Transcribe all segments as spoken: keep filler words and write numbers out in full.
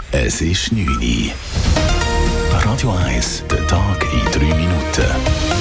Es ist neun Uhr. Radio eins, der Tag in drei Minuten.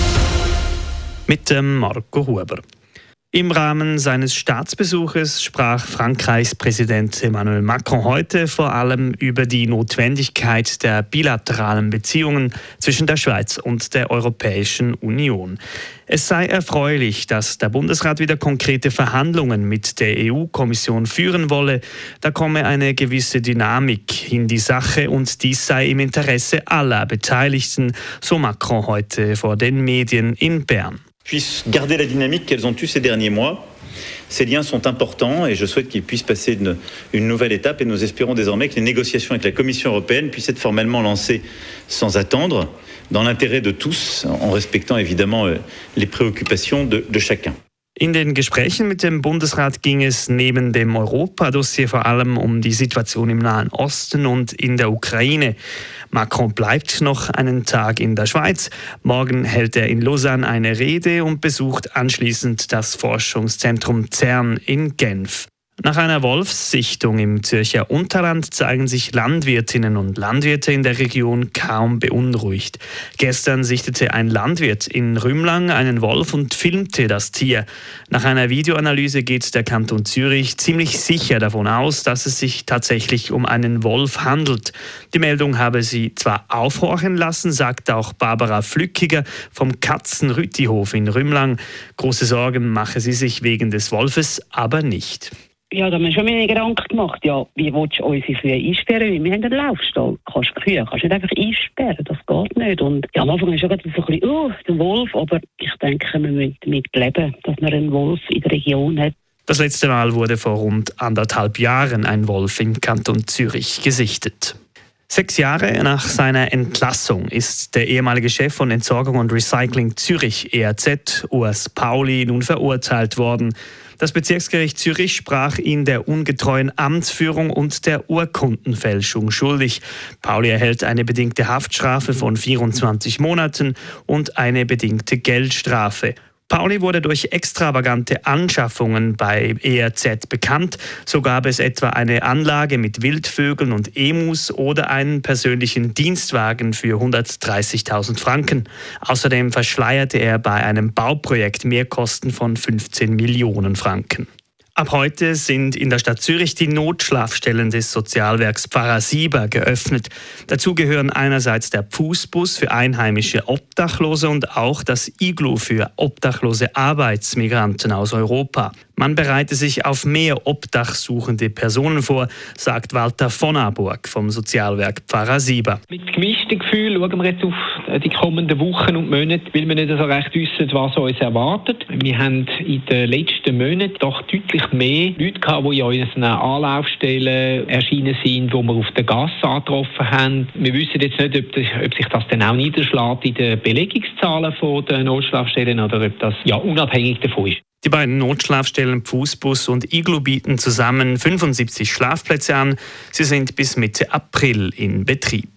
Mit dem Marco Huber. Im Rahmen seines Staatsbesuches sprach Frankreichs Präsident Emmanuel Macron heute vor allem über die Notwendigkeit der bilateralen Beziehungen zwischen der Schweiz und der Europäischen Union. Es sei erfreulich, dass der Bundesrat wieder konkrete Verhandlungen mit der E U-Kommission führen wolle. Da komme eine gewisse Dynamik in die Sache und dies sei im Interesse aller Beteiligten, so Macron heute vor den Medien in Bern. Puissent garder la dynamique qu'elles ont eue ces derniers mois. Ces liens sont importants et je souhaite qu'ils puissent passer une, une nouvelle étape et nous espérons désormais que les négociations avec la Commission européenne puissent être formellement lancées sans attendre, dans l'intérêt de tous, en respectant évidemment les préoccupations de, de chacun. In den Gesprächen mit dem Bundesrat ging es neben dem Europa-Dossier vor allem um die Situation im Nahen Osten und in der Ukraine. Macron bleibt noch einen Tag in der Schweiz. Morgen hält er in Lausanne eine Rede und besucht anschließend das Forschungszentrum CERN in Genf. Nach einer Wolfssichtung im Zürcher Unterland zeigen sich Landwirtinnen und Landwirte in der Region kaum beunruhigt. Gestern sichtete ein Landwirt in Rümlang einen Wolf und filmte das Tier. Nach einer Videoanalyse geht der Kanton Zürich ziemlich sicher davon aus, dass es sich tatsächlich um einen Wolf handelt. Die Meldung habe sie zwar aufhorchen lassen, sagt auch Barbara Flückiger vom Katzenrüttihof in Rümlang. Große Sorgen mache sie sich wegen des Wolfes aber nicht. Ja, da haben wir schon meine Gedanken gemacht. Ja, wie willst du unsere Kühe einsperren? Wir haben einen Laufstall. Kannst du Kühe kannst nicht einfach einsperren, das geht nicht. Und ja, am Anfang ist schon so ein bisschen, oh, der Wolf, aber ich denke, wir müssen damit leben, dass man einen Wolf in der Region hat. Das letzte Mal wurde vor rund anderthalb Jahren ein Wolf im Kanton Zürich gesichtet. Sechs Jahre nach seiner Entlassung ist der ehemalige Chef von Entsorgung und Recycling Zürich E R Z, Urs Pauli, nun verurteilt worden. Das Bezirksgericht Zürich sprach ihn der ungetreuen Amtsführung und der Urkundenfälschung schuldig. Pauli erhält eine bedingte Haftstrafe von vierundzwanzig Monaten und eine bedingte Geldstrafe. Pauli wurde durch extravagante Anschaffungen bei E R Z bekannt. So gab es etwa eine Anlage mit Wildvögeln und Emus oder einen persönlichen Dienstwagen für hundertdreißigtausend Franken. Außerdem verschleierte er bei einem Bauprojekt Mehrkosten von fünfzehn Millionen Franken. Ab heute sind in der Stadt Zürich die Notschlafstellen des Sozialwerks Pfarrer Sieber geöffnet. Dazu gehören einerseits der Fußbus für einheimische Obdachlose und auch das Iglu für obdachlose Arbeitsmigranten aus Europa. Man bereite sich auf mehr obdachsuchende Personen vor, sagt Walter von Aburg vom Sozialwerk Pfarrer Sieber. Mit gemischten Gefühlen schauen wir jetzt auf die kommenden Wochen und Monate, weil wir nicht so recht wissen, was uns erwartet. Wir haben in den letzten Monaten doch deutlich mehr Leute gehabt, die in unseren Anlaufstellen erschienen sind, die wir auf der Gasse angetroffen haben. Wir wissen jetzt nicht, ob, das, ob sich das dann auch niederschlägt in den Belegungszahlen der Notschlafstellen oder ob das ja unabhängig davon ist. Die beiden Notschlafstellen Fußbus und Iglu bieten zusammen fünfundsiebzig Schlafplätze an. Sie sind bis Mitte April in Betrieb.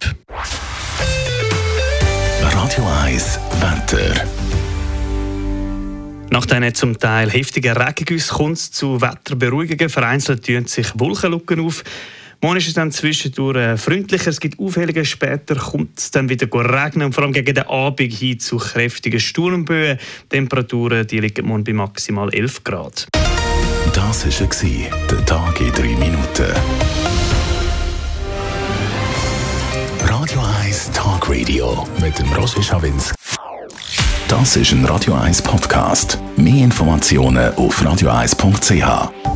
Radio eins Wetter. Nach diesen zum Teil heftigen Regengüssen kommt es zu Wetterberuhigungen. Vereinzelt tun sich Wolkenlucken auf. Morgen ist es dann zwischendurch freundlicher, es gibt Aufhellungen, später kommt es dann wieder regnen und vor allem gegen den Abend hin zu kräftigen Sturmböen. Die Temperaturen die liegen morgen bei maximal elf Grad. Das war der Tag in drei Minuten. Radio eins Talk Radio mit dem Roger Schawinski. Das ist ein Radio eins Podcast. Mehr Informationen auf radio eins punkt c h.